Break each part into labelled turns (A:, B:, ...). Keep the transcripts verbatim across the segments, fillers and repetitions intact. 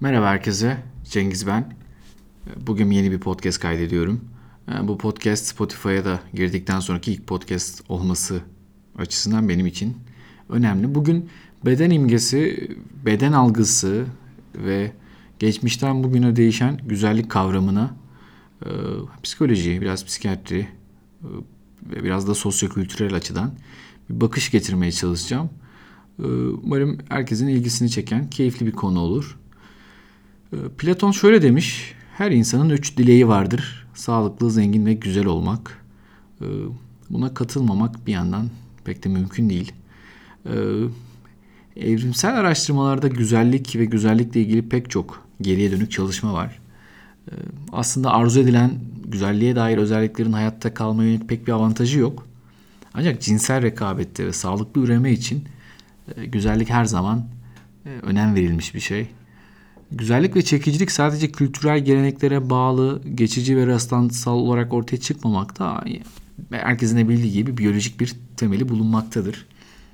A: Merhaba herkese, Cengiz ben. Bugün yeni bir podcast kaydediyorum. Bu podcast Spotify'a da girdikten sonraki ilk podcast olması açısından benim için önemli. Bugün beden imgesi, beden algısı ve geçmişten bugüne değişen güzellik kavramına psikoloji, biraz psikiyatri ve biraz da sosyokültürel açıdan bir bakış getirmeye çalışacağım. Umarım herkesin ilgisini çeken keyifli bir konu olur. Platon şöyle demiş, her insanın üç dileği vardır. Sağlıklı, zengin ve güzel olmak. Buna katılmamak bir yandan pek de mümkün değil. Evrimsel araştırmalarda güzellik ve güzellikle ilgili pek çok geriye dönük çalışma var. Aslında arzu edilen güzelliğe dair özelliklerin hayatta kalmaya yönelik pek bir avantajı yok. Ancak cinsel rekabette ve sağlıklı üreme için güzellik her zaman önem verilmiş bir şey. Güzellik ve çekicilik sadece kültürel geleneklere bağlı, geçici ve rastlantısal olarak ortaya çıkmamakta, herkesin de bildiği gibi biyolojik bir temeli bulunmaktadır.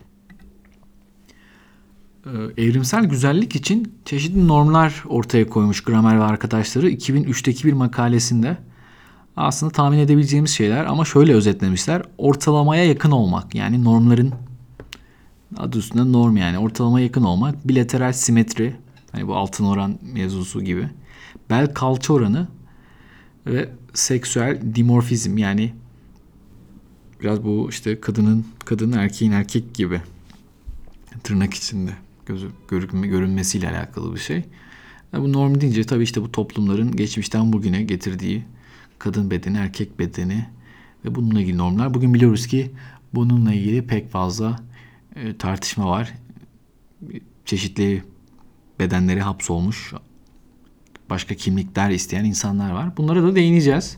A: Evrimsel güzellik için çeşitli normlar ortaya koymuş Gramer ve arkadaşları iki bin üçteki bir makalesinde. Aslında tahmin edebileceğimiz şeyler ama şöyle özetlemişler. Ortalamaya yakın olmak, yani normların adı üstünde norm, yani ortalamaya yakın olmak, bilateral simetri, hani bu altın oran mevzusu gibi, bel kalça oranı ve seksüel dimorfizm, yani biraz bu işte kadının kadın erkeğin erkek gibi tırnak içinde gözü görünme, görünmesiyle alakalı bir şey. Yani bu norm deyince tabii işte bu toplumların geçmişten bugüne getirdiği kadın bedeni, erkek bedeni ve bununla ilgili normlar. Bugün biliyoruz ki bununla ilgili pek fazla e, tartışma var. Çeşitli bedenleri hapsolmuş, başka kimlikler isteyen insanlar var. Bunlara da değineceğiz.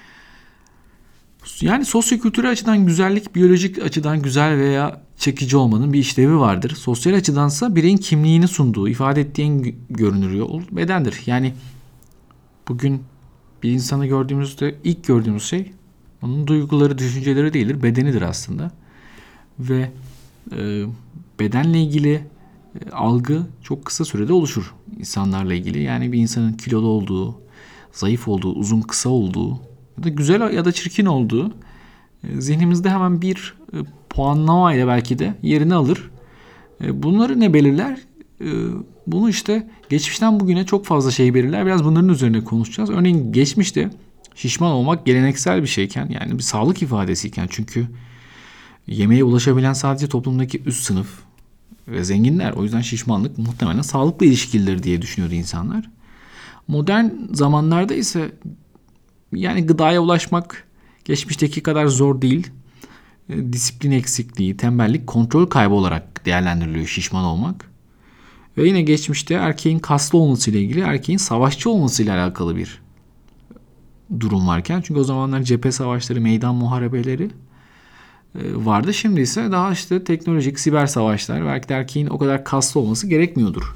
A: Yani sosyokültürel açıdan güzellik, biyolojik açıdan güzel veya çekici olmanın bir işlevi vardır. Sosyal açıdansa bireyin kimliğini sunduğu, ifade ettiği görünür yol bedendir. Yani bugün bir insanı gördüğümüzde ilk gördüğümüz şey onun duyguları, düşünceleri değildir, bedenidir aslında. Ve e, bedenle ilgili algı çok kısa sürede oluşur insanlarla ilgili. Yani bir insanın kilolu olduğu, zayıf olduğu, uzun kısa olduğu ya da güzel ya da çirkin olduğu zihnimizde hemen bir puanlamayla belki de yerini alır. Bunları ne belirler? Bunu işte geçmişten bugüne çok fazla şey belirler. Biraz bunların üzerine konuşacağız. Örneğin geçmişte şişman olmak geleneksel bir şeyken, yani bir sağlık ifadesiyken, çünkü yemeğe ulaşabilen sadece toplumdaki üst sınıf ve zenginler. O yüzden şişmanlık muhtemelen sağlıkla ilişkilidir diye düşünüyordu insanlar. Modern zamanlarda ise yani gıdaya ulaşmak geçmişteki kadar zor değil. Disiplin eksikliği, tembellik, kontrol kaybı olarak değerlendiriliyor şişman olmak. Ve yine geçmişte erkeğin kaslı olmasıyla ilgili, erkeğin savaşçı olmasıyla alakalı bir durum varken. Çünkü o zamanlar cephe savaşları, meydan muharebeleri vardı. Şimdi ise daha işte teknolojik siber savaşlar, belki de erkeğin o kadar kaslı olması gerekmiyordur.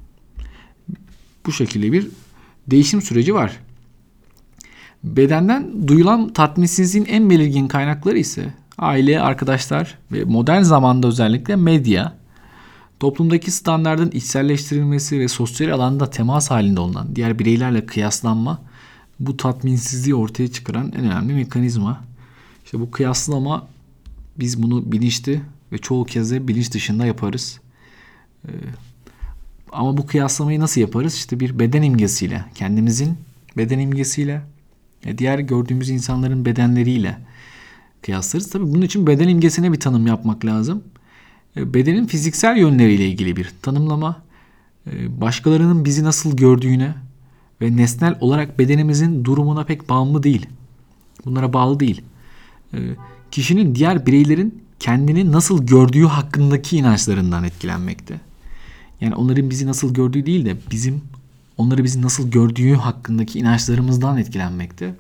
A: Bu şekilde bir değişim süreci var. Bedenden duyulan tatminsizliğin en belirgin kaynakları ise aile, arkadaşlar ve modern zamanda özellikle medya. Toplumdaki standardın içselleştirilmesi ve sosyal alanda temas halinde olunan diğer bireylerle kıyaslanma, bu tatminsizliği ortaya çıkaran en önemli mekanizma. İşte bu kıyaslama, biz bunu bilinçli ve çoğu kez de bilinç dışında yaparız. Ee, ama bu kıyaslamayı nasıl yaparız? İşte bir beden imgesiyle, kendimizin beden imgesiyle, diğer gördüğümüz insanların bedenleriyle kıyaslarız. Tabii bunun için beden imgesine bir tanım yapmak lazım. Ee, bedenin fiziksel yönleriyle ilgili bir tanımlama, ee, başkalarının bizi nasıl gördüğüne ve nesnel olarak bedenimizin durumuna pek bağımlı değil. Bunlara bağlı değil. Ee, kişinin diğer bireylerin kendini nasıl gördüğü hakkındaki inançlarından etkilenmekte. Yani onların bizi nasıl gördüğü değil de bizim onları bizi nasıl gördüğü hakkındaki inançlarımızdan etkilenmekte.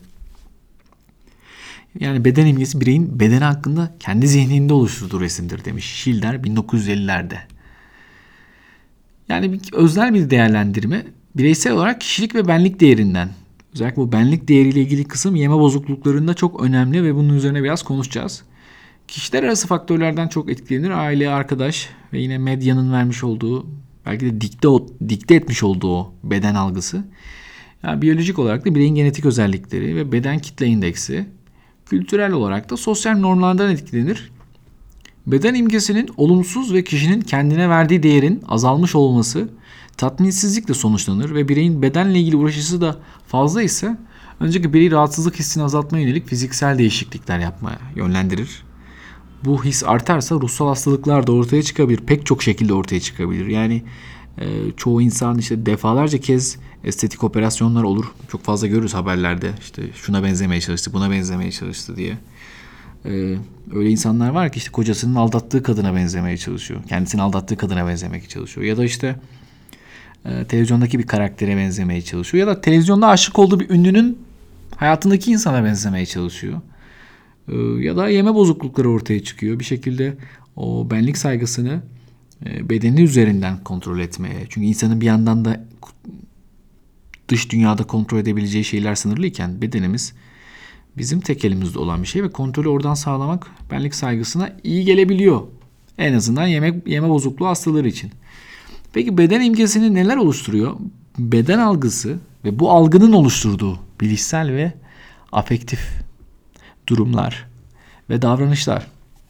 A: Yani beden imgesi bireyin bedeni hakkında kendi zihninde oluşturduğu resimdir demiş Schiller bin dokuz yüz ellilerde. Yani bir, öznel bir değerlendirme, bireysel olarak kişilik ve benlik değerinden. Özellikle bu benlik değeriyle ilgili kısım yeme bozukluklarında çok önemli ve bunun üzerine biraz konuşacağız. Kişiler arası faktörlerden çok etkilenir. Aile, arkadaş ve yine medyanın vermiş olduğu belki de dikte, dikte etmiş olduğu o beden algısı. Yani biyolojik olarak da bireyin genetik özellikleri ve beden kitle indeksi, kültürel olarak da sosyal normlardan etkilenir. Beden imgesinin olumsuz ve kişinin kendine verdiği değerin azalmış olması tatminsizlikle sonuçlanır ve bireyin bedenle ilgili uğraşısı da fazla ise önceki bireyi rahatsızlık hissini azaltmaya yönelik fiziksel değişiklikler yapmaya yönlendirir. Bu his artarsa ruhsal hastalıklar da ortaya çıkabilir. Pek çok şekilde ortaya çıkabilir. Yani e, çoğu insan işte defalarca kez estetik operasyonlar olur. Çok fazla görürüz haberlerde. İşte şuna benzemeye çalıştı, buna benzemeye çalıştı diye. Ee, öyle insanlar var ki işte kocasının aldattığı kadına benzemeye çalışıyor. Kendisini aldattığı kadına benzemeye çalışıyor. Ya da işte e, televizyondaki bir karaktere benzemeye çalışıyor. Ya da televizyonda aşık olduğu bir ünlünün hayatındaki insana benzemeye çalışıyor. Ee, ya da yeme bozuklukları ortaya çıkıyor. Bir şekilde o benlik saygısını e, bedeni üzerinden kontrol etmeye. Çünkü insanın bir yandan da dış dünyada kontrol edebileceği şeyler sınırlıyken bedenimiz bizim tek elimizde olan bir şey ve kontrolü oradan sağlamak benlik saygısına iyi gelebiliyor. En azından yemek yeme bozukluğu hastaları için. Peki beden imgesini neler oluşturuyor? Beden algısı ve bu algının oluşturduğu bilişsel ve afektif durumlar ve davranışlar.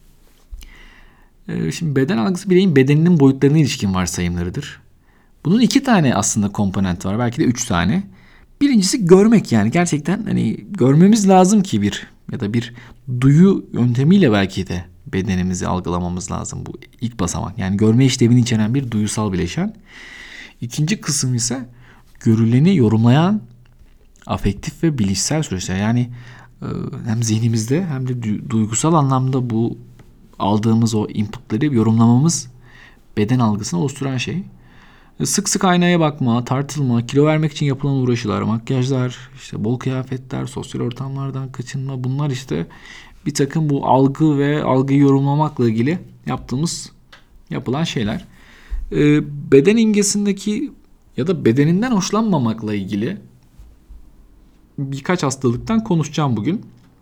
A: Ee, şimdi beden algısı bireyin bedeninin boyutlarına ilişkin varsayımlarıdır. Bunun iki tane aslında komponent var. Belki de üç tane. Birincisi görmek, yani gerçekten hani görmemiz lazım ki bir ya da bir duyu yöntemiyle belki de bedenimizi algılamamız lazım. Bu ilk basamak. Yani görme işlevini içeren bir duyusal bileşen. İkinci kısım ise görüleni yorumlayan afektif ve bilişsel süreçler. Yani hem zihnimizde hem de duygusal anlamda bu aldığımız o inputları yorumlamamız beden algısını oluşturan şey. Sık sık aynaya bakma, tartılma, kilo vermek için yapılan uğraşılar, makyajlar, işte bol kıyafetler, sosyal ortamlardan kaçınma, bunlar işte bir takım bu algı ve algıyı yorumlamakla ilgili yaptığımız, yapılan şeyler. Ee, beden imgesindeki ya da bedeninden hoşlanmamakla ilgili birkaç hastalıktan konuşacağım bugün.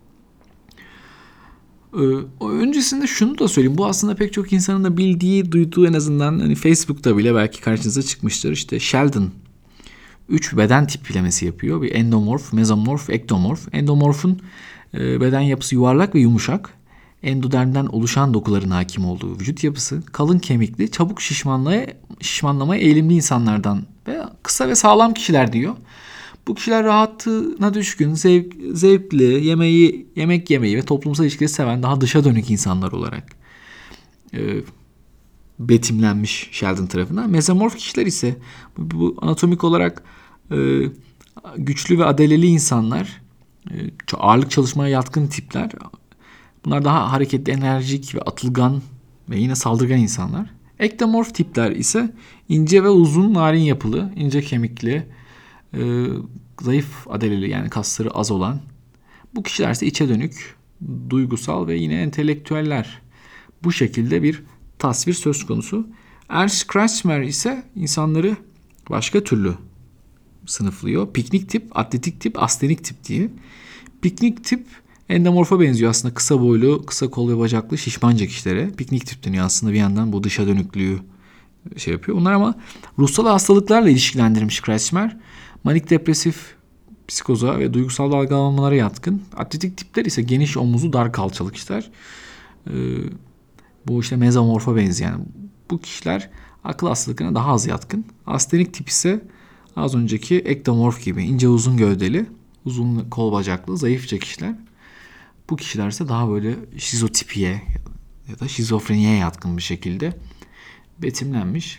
A: Ee, öncesinde şunu da söyleyeyim. Bu aslında pek çok insanın da bildiği, duyduğu, en azından hani Facebook'ta bile belki karşınıza çıkmıştır. İşte Sheldon üç beden tiplemesi yapıyor. Bir endomorf, mezomorf, ektomorf. Endomorfun e, beden yapısı yuvarlak ve yumuşak. Endodermden oluşan dokuların hakim olduğu vücut yapısı. Kalın kemikli, çabuk şişmanlamaya, şişmanlamaya eğilimli insanlardan ve kısa ve sağlam kişiler diyor. Bu kişiler rahatına düşkün, zevk, zevkli, yemeği, yemek yemeyi ve toplumsal ilişkileri seven daha dışa dönük insanlar olarak e, betimlenmiş Sheldon tarafından. Mezomorf kişiler ise bu, bu anatomik olarak e, güçlü ve adeleli insanlar, e, ağırlık çalışmaya yatkın tipler. Bunlar daha hareketli, enerjik ve atılgan ve yine saldırgan insanlar. Ektomorf tipler ise ince ve uzun, narin yapılı, ince kemikli, e, zayıf adeleli, yani kasları az olan. Bu kişiler ise içe dönük, duygusal ve yine entelektüeller. Bu şekilde bir tasvir söz konusu. Ernst Kretschmer ise insanları başka türlü sınıflıyor. Piknik tip, atletik tip, astenik tip diye. Piknik tip endomorfa benziyor aslında. Kısa boylu, kısa kol ve bacaklı şişmanca kişilere piknik tip deniyor aslında, bir yandan bu dışa dönüklüğü şey yapıyor. Bunlar ama ruhsal hastalıklarla ilişkilendirmiş Kretschmer. Manik depresif psikoza ve duygusal dalgalanmalara yatkın. Atletik tipler ise geniş omuzlu, dar kalçalı kişiler. Ee, bu işte mezomorfa benzeyen bu kişiler akıl hastalıklarına daha az yatkın. Astenik tip ise az önceki ektomorf gibi ince uzun gövdeli, uzun kol bacaklı, zayıfça kişiler. Bu kişiler ise daha böyle şizotipiye ya da şizofreniye yatkın bir şekilde betimlenmiş.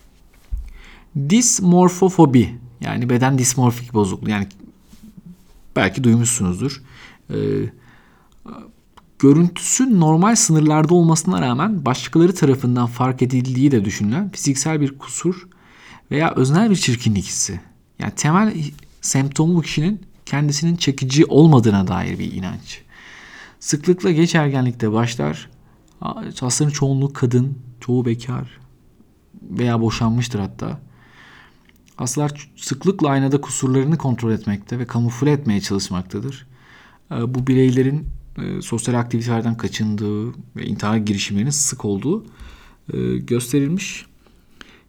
A: Dismorfofobi, yani beden dismorfik bozukluğu, yani belki duymuşsunuzdur. Ee, görüntüsü normal sınırlarda olmasına rağmen başkaları tarafından fark edildiği de düşünülen fiziksel bir kusur veya öznel bir çirkinlik hissi. Yani temel semptomu bu kişinin kendisinin çekici olmadığına dair bir inanç. Sıklıkla geç ergenlikte başlar. Hastaların çoğunluğu kadın, çoğu bekar veya boşanmıştır hatta. Hastalar sıklıkla aynada kusurlarını kontrol etmekte ve kamufle etmeye çalışmaktadır. Bu bireylerin sosyal aktivitelerden kaçındığı ve intihar girişimlerinin sık olduğu gösterilmiş.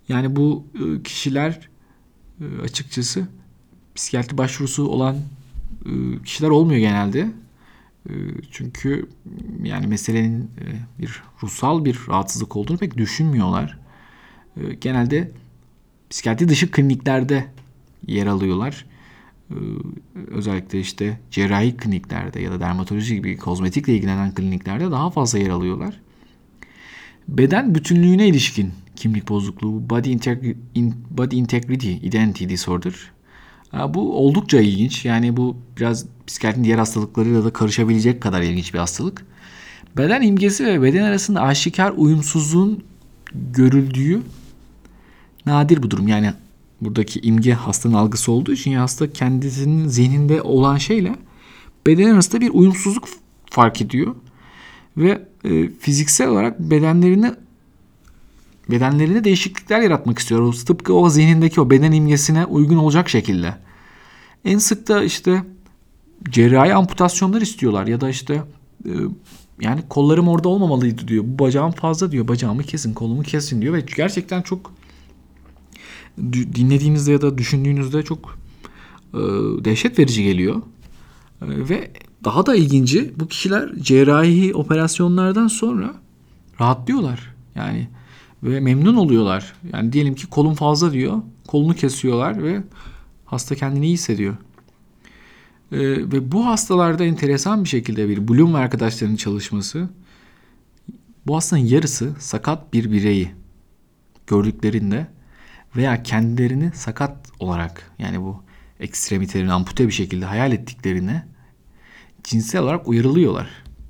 A: Yani bu e, kişiler e, açıkçası psikiyatri başvurusu olan e, kişiler olmuyor genelde. E, çünkü yani meselenin e, bir ruhsal bir rahatsızlık olduğunu pek düşünmüyorlar. E, genelde psikiyatri dışı kliniklerde yer alıyorlar. E, özellikle işte cerrahi kliniklerde ya da dermatoloji gibi kozmetikle ilgilenen kliniklerde daha fazla yer alıyorlar. Beden bütünlüğüne ilişkin kimlik bozukluğu, body, integri- in- body integrity identity disorder. Bu oldukça ilginç. Yani bu biraz psikiyatrinin diğer hastalıklarıyla da karışabilecek kadar ilginç bir hastalık. Beden imgesi ve beden arasında aşikar uyumsuzluğun görüldüğü nadir bu durum. Yani buradaki imge hastanın algısı olduğu için ya hasta kendisinin zihninde olan şeyle beden arasında bir uyumsuzluk fark ediyor. Ve e, fiziksel olarak bedenlerini bedenlerinde değişiklikler yaratmak istiyor. Tıpkı o zihnindeki o beden imgesine uygun olacak şekilde. En sık da işte cerrahi amputasyonlar istiyorlar ya da işte e, yani kollarım orada olmamalıydı diyor. Bu bacağım fazla diyor. Bacağımı kesin, kolumu kesin diyor ve gerçekten çok dinlediğinizde ya da düşündüğünüzde çok e, dehşet verici geliyor. E, ve daha da ilginci bu kişiler cerrahi operasyonlardan sonra rahatlıyorlar. Yani ve memnun oluyorlar. Yani diyelim ki kolum fazla diyor. Kolunu kesiyorlar ve hasta kendini iyi hissediyor. Ee, ve bu hastalarda enteresan bir şekilde bir Bloom ve arkadaşlarının çalışması, bu hastanın yarısı sakat bir bireyi gördüklerinde veya kendilerini sakat olarak, yani bu ekstremitelerini ampute bir şekilde hayal ettiklerine cinsel olarak uyarılıyorlar.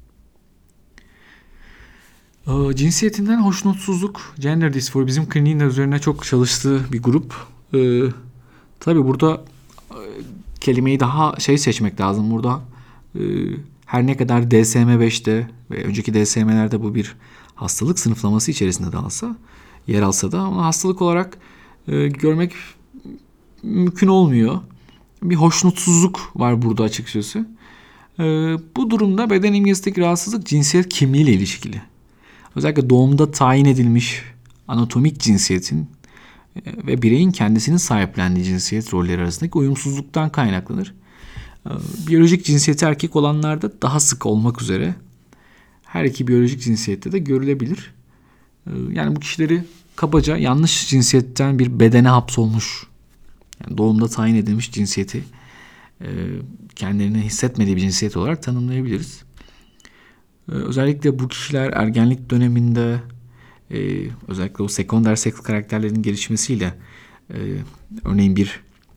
A: Ee, cinsiyetinden hoşnutsuzluk, gender dysphoria bizim kliniğin de üzerine çok çalıştığı bir grup. Ee, tabii burada e, kelimeyi daha şey seçmek lazım. Burada e, her ne kadar D S M beşte ve önceki D S M'lerde bu bir hastalık sınıflaması içerisinde de alsa, yer alsa da ama hastalık olarak e, görmek mümkün olmuyor. Bir hoşnutsuzluk var burada açıkçası. E, bu durumda beden imgesindeki rahatsızlık cinsiyet kimliğiyle ilişkili. Özellikle doğumda tayin edilmiş anatomik cinsiyetin ve bireyin kendisinin sahiplendiği cinsiyet rolleri arasındaki uyumsuzluktan kaynaklanır. Biyolojik cinsiyeti erkek olanlarda daha sık olmak üzere her iki biyolojik cinsiyette de görülebilir. Yani bu kişileri kabaca yanlış cinsiyetten bir bedene hapsolmuş, yani doğumda tayin edilmiş cinsiyeti kendilerini hissetmediği bir cinsiyet olarak tanımlayabiliriz. Özellikle bu kişiler ergenlik döneminde e, özellikle o sekonder seks karakterlerinin gelişmesiyle e, örneğin bir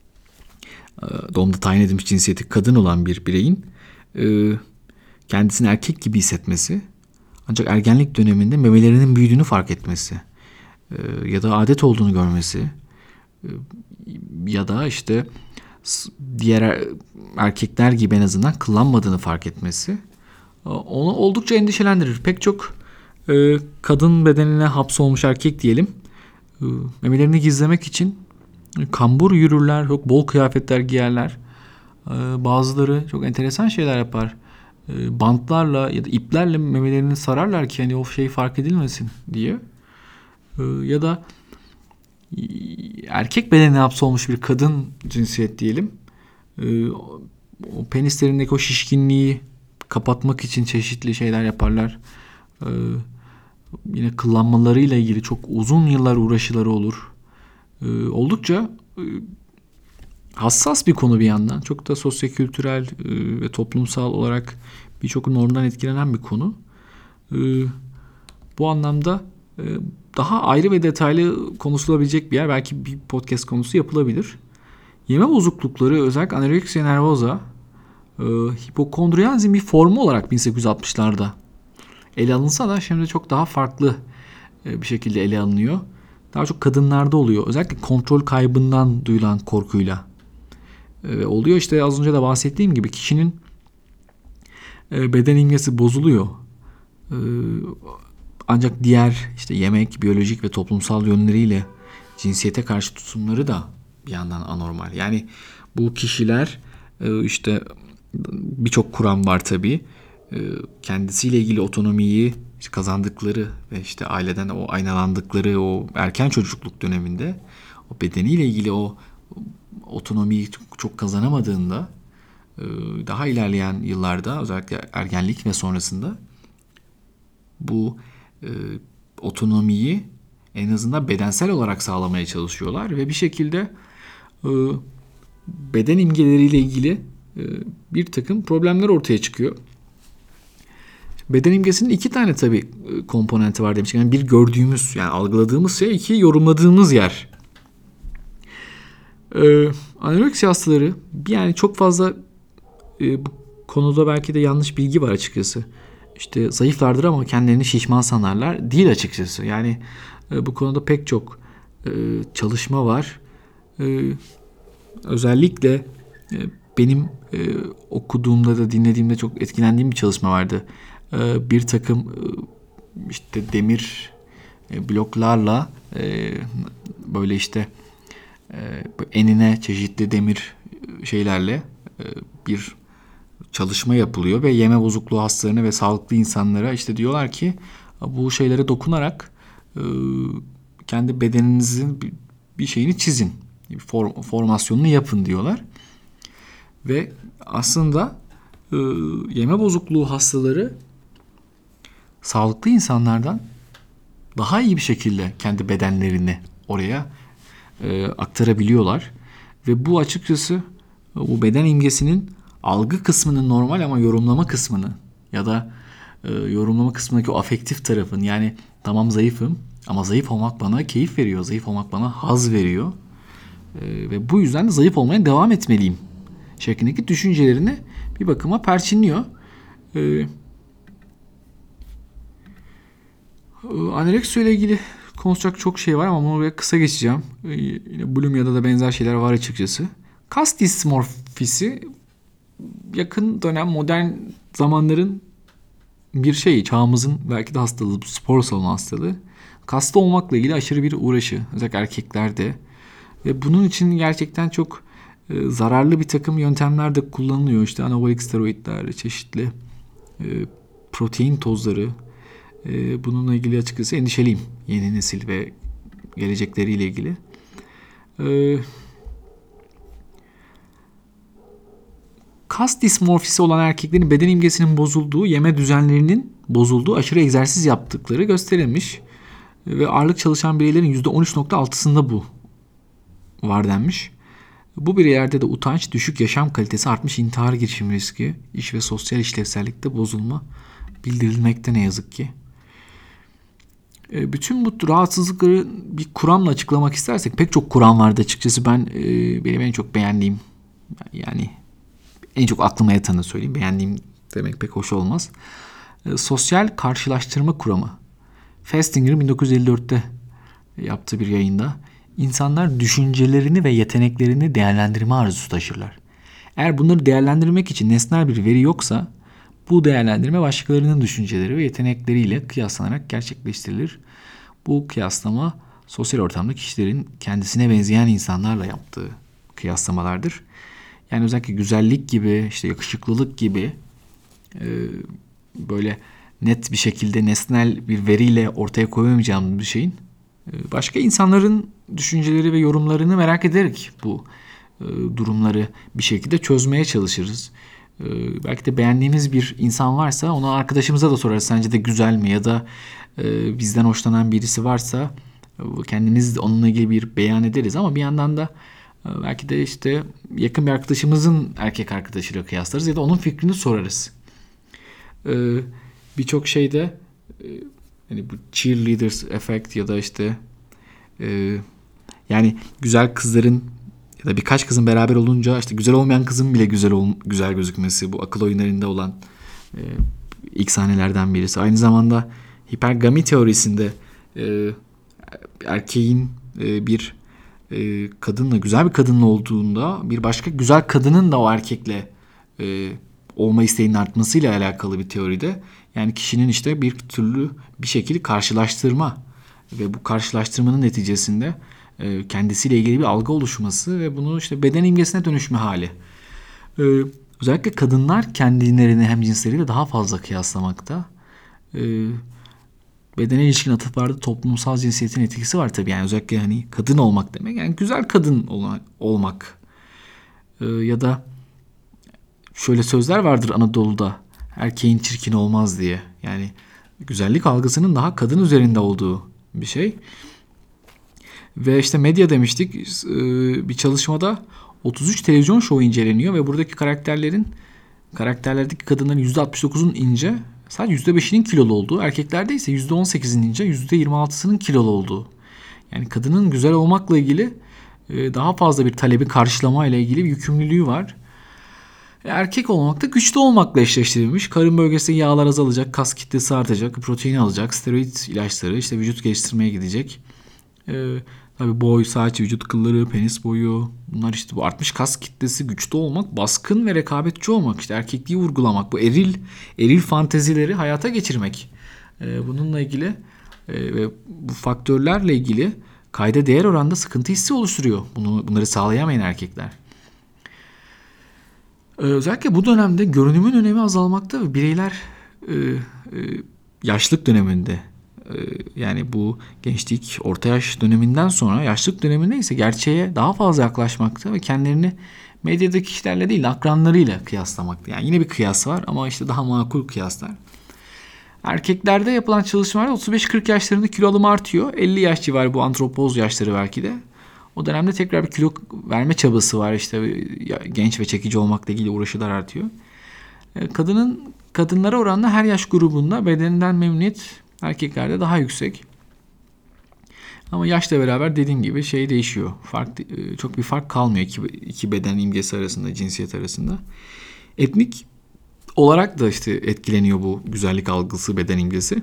A: e, doğumda tayin edilmiş cinsiyeti kadın olan bir bireyin e, kendisini erkek gibi hissetmesi, ancak ergenlik döneminde memelerinin büyüdüğünü fark etmesi e, ya da adet olduğunu görmesi e, ya da işte diğer erkekler gibi en azından kıllanmadığını fark etmesi onu oldukça endişelendirir. Pek çok e, kadın bedenine hapsolmuş erkek diyelim, e, memelerini gizlemek için kambur yürürler, çok bol kıyafetler giyerler. E, bazıları çok enteresan şeyler yapar. E, bantlarla ya da iplerle memelerini sararlar ki hani o şey fark edilmesin diye. E, ya da e, erkek bedenine hapsolmuş bir kadın cinsiyet diyelim. E, o penislerindeki o şişkinliği kapatmak için çeşitli şeyler yaparlar. Ee, yine kıllanmalarıyla ilgili çok uzun yıllar uğraşıları olur. Ee, oldukça e, hassas bir konu bir yandan. Çok da sosyokültürel e, ve toplumsal olarak birçok normdan etkilenen bir konu. Ee, bu anlamda e, daha ayrı ve detaylı konuşulabilecek bir yer. Belki bir podcast konusu yapılabilir. Yeme bozuklukları, özellikle anoreksiya nervosa, e, hipokondriyazm bir formu olarak bin sekiz yüz altmışlarda ele alınsa da şimdi çok daha farklı bir şekilde ele alınıyor. Daha çok kadınlarda oluyor. Özellikle kontrol kaybından duyulan korkuyla e, oluyor. İşte az önce de bahsettiğim gibi kişinin e, beden imgesi bozuluyor. E, ancak diğer işte yemek, biyolojik ve toplumsal yönleriyle cinsiyete karşı tutumları da bir yandan anormal. Yani bu kişiler e, işte birçok kuram var tabii. E, kendisiyle ilgili otonomiyi işte kazandıkları ve işte aileden o aynalandıkları o erken çocukluk döneminde o bedeniyle ilgili o otonomiyi çok, çok kazanamadığında daha ilerleyen yıllarda özellikle ergenlik ve sonrasında bu e, otonomiyi en azından bedensel olarak sağlamaya çalışıyorlar ve bir şekilde e, beden imgeleriyle ilgili e, bir takım problemler ortaya çıkıyor. Beden imgesinin iki tane tabii komponenti var demiştik. Yani bir gördüğümüz, yani algıladığımız şey, iki yorumladığımız yer. Ee, anoreksiya hastaları, yani çok fazla e, bu konuda belki de yanlış bilgi var açıkçası. İşte zayıflardır ama kendilerini şişman sanarlar. Değil açıkçası. Yani e, bu konuda pek çok e, çalışma var. E, özellikle e, benim e, okuduğumda da dinlediğimde çok etkilendiğim bir çalışma vardı. E, bir takım e, işte demir e, bloklarla e, böyle işte e, enine çeşitli demir şeylerle e, bir çalışma yapılıyor ve yeme bozukluğu hastalarına ve sağlıklı insanlara işte diyorlar ki bu şeylere dokunarak e, kendi bedeninizin bir şeyini çizin, form, formasyonunu yapın diyorlar. Ve aslında e, yeme bozukluğu hastaları sağlıklı insanlardan daha iyi bir şekilde kendi bedenlerini oraya e, aktarabiliyorlar. Ve bu açıkçası bu beden imgesinin algı kısmının normal ama yorumlama kısmını ya da e, yorumlama kısmındaki o afektif tarafın, yani tamam zayıfım ama zayıf olmak bana keyif veriyor, zayıf olmak bana haz veriyor e, ve bu yüzden de zayıf olmaya devam etmeliyim şeklindeki düşüncelerini bir bakıma perçinliyor. E, Anoreksiya ile ilgili konuşacak çok şey var ama bunu buraya kısa geçeceğim. E, yine bulimia'da da benzer şeyler var açıkçası. Kas dismorfisi yakın dönem modern zamanların bir şeyi, çağımızın belki de hastalığı, spor salonu hastalığı. Kaslı olmakla ilgili aşırı bir uğraşı, özellikle erkeklerde. Ve bunun için gerçekten çok e, zararlı bir takım yöntemler de kullanılıyor. İşte anabolik steroidler, çeşitli e, protein tozları. E, bununla ilgili açıkçası endişeliyim. Yeni nesil ve gelecekleriyle ilgili. E, Kas dismorfisi olan erkeklerin beden imgesinin bozulduğu, yeme düzenlerinin bozulduğu, aşırı egzersiz yaptıkları gösterilmiş. Ve ağırlık çalışan bireylerin yüzde on üç nokta altısında bu var denmiş. Bu bireylerde de utanç, düşük yaşam kalitesi, artmış intihar girişim riski, iş ve sosyal işlevsellikte bozulma bildirilmekte ne yazık ki. Bütün bu rahatsızlıkları bir kuramla açıklamak istersek pek çok kuram vardı açıkçası. Ben benim en çok beğendiğim, yani en çok aklıma yatanı söyleyeyim. Beğendiğim demek pek hoş olmaz. E, sosyal karşılaştırma kuramı. Festinger'ın bin dokuz yüz elli dörtte yaptığı bir yayında insanlar düşüncelerini ve yeteneklerini değerlendirme arzusu taşırlar. Eğer bunları değerlendirmek için nesnel bir veri yoksa bu değerlendirme başkalarının düşünceleri ve yetenekleriyle kıyaslanarak gerçekleştirilir. Bu kıyaslama sosyal ortamda kişilerin kendisine benzeyen insanlarla yaptığı kıyaslamalardır. Yani özellikle güzellik gibi, işte yakışıklılık gibi e, böyle net bir şekilde nesnel bir veriyle ortaya koyamayacağımız bir şeyin e, başka insanların düşünceleri ve yorumlarını merak ederek bu e, durumları bir şekilde çözmeye çalışırız. E, belki de beğendiğimiz bir insan varsa ona arkadaşımıza da sorarız. Sence de güzel mi? Ya da e, bizden hoşlanan birisi varsa e, kendimiz onunla ilgili bir beyan ederiz. Ama bir yandan da belki de işte yakın bir arkadaşımızın erkek arkadaşıyla kıyaslarız ya da onun fikrini sorarız. Ee, Birçok şeyde e, hani bu cheerleaders effect ya da işte e, yani güzel kızların ya da birkaç kızın beraber olunca işte güzel olmayan kızın bile güzel ol, güzel gözükmesi, bu akıl oyunlarında olan e, ilk sahnelerden birisi. Aynı zamanda hipergami teorisinde e, erkeğin e, bir e, kadınla, güzel bir kadınla olduğunda bir başka güzel kadının da o erkekle e, olma isteğinin artmasıyla alakalı bir teoride. Yani kişinin işte bir türlü bir şekilde karşılaştırma ve bu karşılaştırmanın neticesinde e, kendisiyle ilgili bir algı oluşması ve bunu işte beden imgesine dönüşme hali. E, özellikle kadınlar kendilerini hem cinsleriyle daha fazla kıyaslamakta. E, bedene ilişkin atıflarda toplumsal cinsiyetin etkisi var tabii. Yani özellikle hani kadın olmak demek. Yani güzel kadın ol- olmak. Ee, ya da şöyle sözler vardır Anadolu'da. Erkeğin çirkin olmaz diye. Yani güzellik algısının daha kadın üzerinde olduğu bir şey. Ve işte medya demiştik. Ee, bir çalışmada otuz üç televizyon şovu inceleniyor ve buradaki karakterlerin karakterlerdeki kadınların yüzde altmış dokuzunun ince, sadece yüzde beşinin kilolu olduğu, erkeklerde ise yüzde on sekizinin ince, yüzde yirmi altısının kilolu olduğu. Yani kadının güzel olmakla ilgili e, daha fazla bir talebi karşılama ile ilgili bir yükümlülüğü var. Erkek olmak da güçlü olmakla eşleştirilmiş. Karın bölgesindeki yağlar azalacak, kas kitlesi artacak, protein alacak, steroid ilaçları, işte vücut geliştirmeye gidecek. Ee, tabii boy, saç, vücut kılları, penis boyu, bunlar işte bu artmış kas kitlesi, güçlü olmak, baskın ve rekabetçi olmak, işte erkekliği vurgulamak, bu eril eril fantezileri hayata geçirmek. Ee, bununla ilgili e, ve bu faktörlerle ilgili kayda değer oranda sıkıntı hissi oluşturuyor. Bunu bunları sağlayamayan erkekler. Ee, özellikle bu dönemde görünümün önemi azalmakta ve bireyler e, e, yaşlılık döneminde, e, yani bu gençlik, orta yaş döneminden sonra yaşlılık döneminde ise gerçeğe daha fazla yaklaşmakta ve kendilerini medyadaki kişilerle değil akranlarıyla kıyaslamakta. Yani yine bir kıyas var ama işte daha makul kıyaslar. Erkeklerde yapılan çalışmalarda otuz beş kırk yaşlarında kilo alımı artıyor. elli yaş civarı bu antropoz yaşları belki de. O dönemde tekrar bir kilo verme çabası var, işte genç ve çekici olmakla ilgili uğraşılar artıyor. Kadının kadınlara oranla her yaş grubunda bedeninden memnuniyet erkeklerde daha yüksek. Ama yaşla beraber dediğim gibi şey değişiyor. Fark, çok bir fark kalmıyor iki, iki beden imgesi arasında, cinsiyet arasında. Etnik olarak da işte etkileniyor bu güzellik algısı, beden imgesi.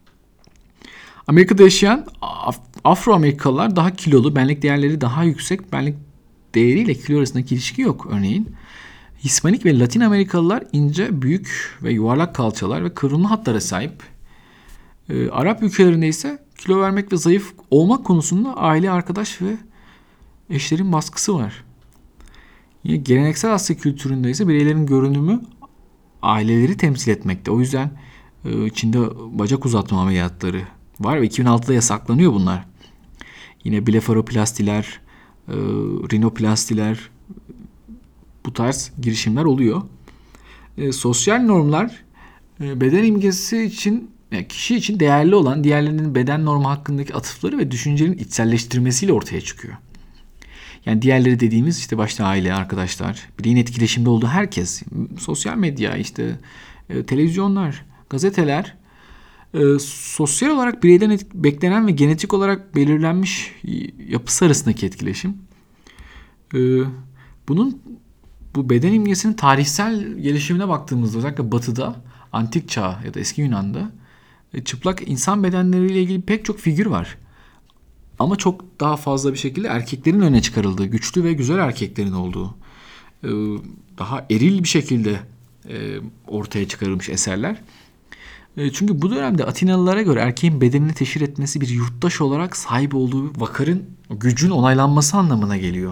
A: Amerika'da yaşayan Afro-Amerikalılar daha kilolu, benlik değerleri daha yüksek. Benlik değeriyle kilo arasındaki ilişki yok örneğin. Hispanik ve Latin Amerikalılar ince, büyük ve yuvarlak kalçalar ve kıvrımlı hatlara sahip. Ee, Arap ülkelerinde ise kilo vermek ve zayıf olmak konusunda aile, arkadaş ve eşlerin baskısı var. Yine geleneksel Asya kültüründe ise bireylerin görünümü aileleri temsil etmekte. O yüzden e, Çin'de bacak uzatma ameliyatları var ve iki bin altıda yasaklanıyor bunlar. Yine blefaroplastiler, e, rinoplastiler, bu tarz girişimler oluyor. E, sosyal normlar e, beden imgesi için, yani kişi için değerli olan diğerlerinin beden normu hakkındaki atıfları ve düşüncelerin içselleştirmesiyle ortaya çıkıyor. Yani diğerleri dediğimiz işte başta aile, arkadaşlar, bireyin etkileşimde olduğu herkes, sosyal medya, işte e, televizyonlar, gazeteler, e, sosyal olarak bireyden et- beklenen ve genetik olarak belirlenmiş yapısı arasındaki etkileşim. E, bunun bu beden imgesinin tarihsel gelişimine baktığımızda özellikle Batı'da, Antik Çağ ya da Eski Yunan'da e, çıplak insan bedenleriyle ilgili pek çok figür var. Ama çok daha fazla bir şekilde erkeklerin öne çıkarıldığı, güçlü ve güzel erkeklerin olduğu, e, daha eril bir şekilde e, ortaya çıkarılmış eserler. E, çünkü bu dönemde Atinalılara göre erkeğin bedenini teşhir etmesi bir yurttaş olarak sahip olduğu vakarın, gücün onaylanması anlamına geliyor.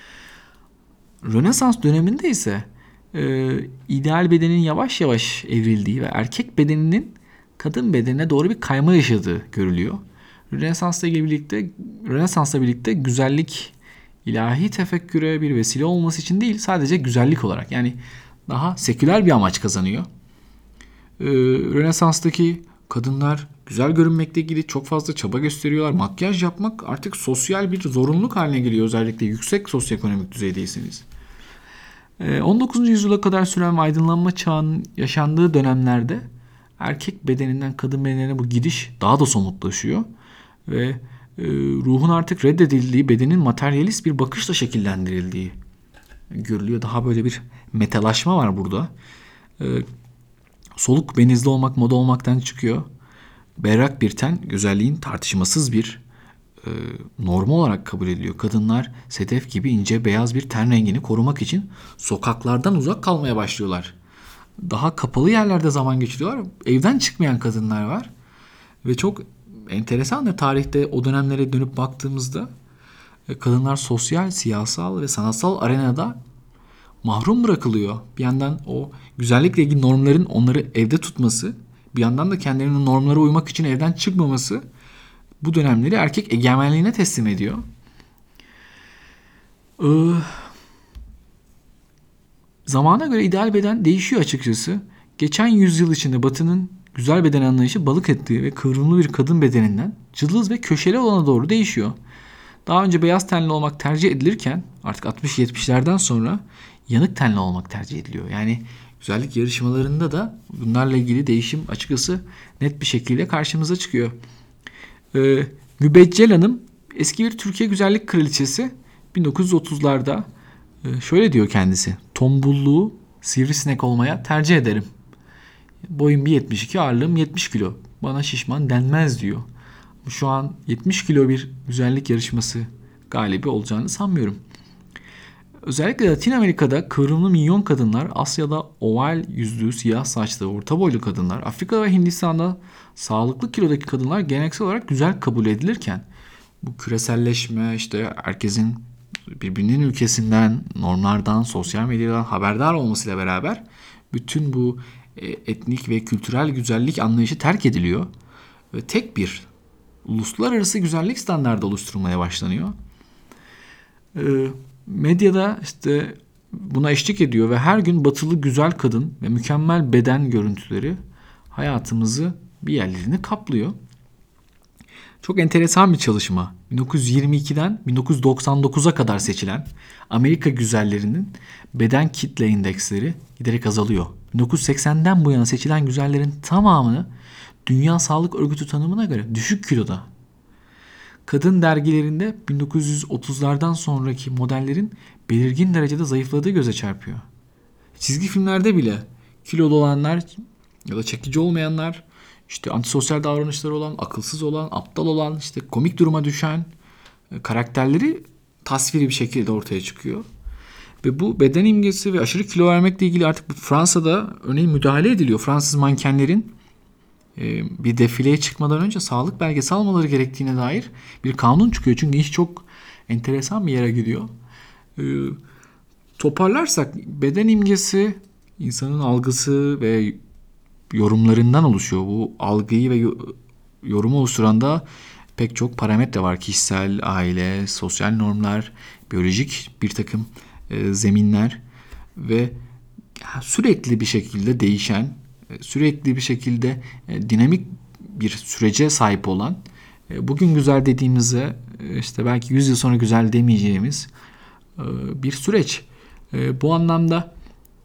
A: Rönesans döneminde ise e, ideal bedenin yavaş yavaş evrildiği ve erkek bedeninin kadın bedenine doğru bir kayma yaşadığı görülüyor. Rönesans'la birlikte Rönesans'la birlikte güzellik ilahi tefekküre bir vesile olması için değil, sadece güzellik olarak, yani daha seküler bir amaç kazanıyor. Ee, Rönesans'taki kadınlar güzel görünmekle ilgili çok fazla çaba gösteriyorlar. Makyaj yapmak artık sosyal bir zorunluluk haline geliyor, özellikle yüksek sosyoekonomik düzeydeyseniz. Ee, on dokuzuncu yüzyıla kadar süren aydınlanma çağının yaşandığı dönemlerde erkek bedeninden kadın bedenine bu gidiş daha da somutlaşıyor ve e, ruhun artık reddedildiği, bedenin materyalist bir bakışla şekillendirildiği görülüyor. Daha böyle bir metalaşma var burada. E, soluk benizli olmak moda olmaktan çıkıyor. Berrak bir ten güzelliğin tartışmasız bir e, normu olarak kabul ediliyor. Kadınlar sedef gibi ince beyaz bir ten rengini korumak için sokaklardan uzak kalmaya başlıyorlar. Daha kapalı yerlerde zaman geçiriyorlar. Evden çıkmayan kadınlar var. Ve çok enteresandır, tarihte o dönemlere dönüp baktığımızda kadınlar sosyal, siyasal ve sanatsal arenada mahrum bırakılıyor. Bir yandan o güzellikle ilgili normların onları evde tutması, bir yandan da kendilerinin normlara uymak için evden çıkmaması bu dönemleri erkek egemenliğine teslim ediyor. Ee, zamana göre ideal beden değişiyor açıkçası. Geçen yüzyıl içinde Batı'nın güzel beden anlayışı balık etli ve kıvrımlı bir kadın bedeninden cılız ve köşeli olana doğru değişiyor. Daha önce beyaz tenli olmak tercih edilirken artık altmış yetmişlerden sonra yanık tenli olmak tercih ediliyor. Yani güzellik yarışmalarında da bunlarla ilgili değişim açıkçası net bir şekilde karşımıza çıkıyor. Ee, Mübeccel Hanım eski bir Türkiye güzellik kraliçesi. bin dokuz yüz otuzlarda e, şöyle diyor kendisi: tombulluğu sivrisinek olmaya tercih ederim. Boyum bir yetmiş iki, ağırlığım yetmiş kilo. Bana şişman denmez diyor. Şu an yetmiş kilo bir güzellik yarışması galibi olacağını sanmıyorum. Özellikle Latin Amerika'da kıvrımlı minyon kadınlar, Asya'da oval yüzlü, siyah saçlı, orta boylu kadınlar, Afrika ve Hindistan'da sağlıklı kilodaki kadınlar geleneksel olarak güzel kabul edilirken bu küreselleşme, işte herkesin birbirinin ülkesinden, normlardan, sosyal medyadan haberdar olmasıyla beraber bütün bu etnik ve kültürel güzellik anlayışı terk ediliyor ve tek bir uluslararası güzellik standardı oluşturulmaya başlanıyor. Ee, medyada işte buna eşlik ediyor ve her gün batılı güzel kadın ve mükemmel beden görüntüleri hayatımızı bir yerlerini kaplıyor. Çok enteresan bir çalışma. bin dokuz yüz yirmi ikiden bin dokuz yüz doksan dokuza kadar seçilen Amerika güzellerinin beden kitle indeksleri giderek azalıyor. bin dokuz yüz seksenden bu yana seçilen güzellerin tamamını Dünya Sağlık Örgütü tanımına göre düşük kiloda. Kadın dergilerinde bin dokuz yüz otuzlardan sonraki modellerin belirgin derecede zayıfladığı göze çarpıyor. Çizgi filmlerde bile kilolu olanlar ya da çekici olmayanlar, işte antisosyal davranışları olan, akılsız olan, aptal olan, işte komik duruma düşen karakterleri tasviri bir şekilde ortaya çıkıyor. Ve bu beden imgesi ve aşırı kilo vermekle ilgili artık Fransa'da örneğin müdahale ediliyor. Fransız mankenlerin bir defileye çıkmadan önce sağlık belgesi almaları gerektiğine dair bir kanun çıkıyor. Çünkü iş çok enteresan bir yere gidiyor. Ee, toparlarsak beden imgesi insanın algısı ve yorumlarından oluşuyor. Bu algıyı ve yorumu oluşturan da pek çok parametre var. Kişisel, aile, sosyal normlar, biyolojik bir takım e, zeminler ve sürekli bir şekilde değişen, sürekli bir şekilde dinamik bir sürece sahip olan, bugün güzel dediğimizde işte belki yüz yıl sonra güzel demeyeceğimiz bir süreç. Bu anlamda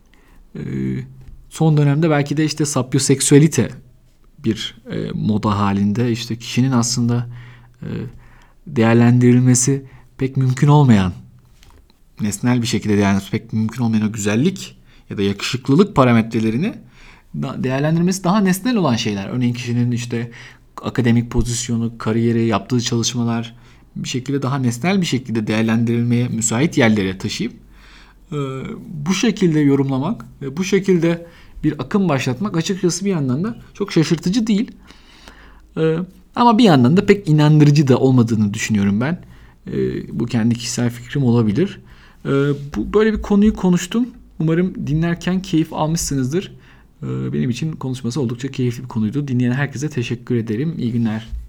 A: son dönemde belki de işte sapyoseksüelite bir moda halinde, işte kişinin aslında değerlendirilmesi pek mümkün olmayan, nesnel bir şekilde değerlendirilmesi pek mümkün olmayan o güzellik ya da yakışıklılık parametrelerini değerlendirmesi daha nesnel olan şeyler. Örneğin kişinin işte akademik pozisyonu, kariyeri, yaptığı çalışmalar bir şekilde daha nesnel bir şekilde değerlendirilmeye müsait yerlere taşıyıp e, bu şekilde yorumlamak ve bu şekilde bir akım başlatmak açıkçası bir yandan da çok şaşırtıcı değil. E, ama bir yandan da pek inandırıcı da olmadığını düşünüyorum ben. E, bu kendi kişisel fikrim olabilir. E, bu böyle bir konuyu konuştum. Umarım dinlerken keyif almışsınızdır. Benim için konuşması oldukça keyifli bir konuydu. Dinleyen herkese teşekkür ederim. İyi günler.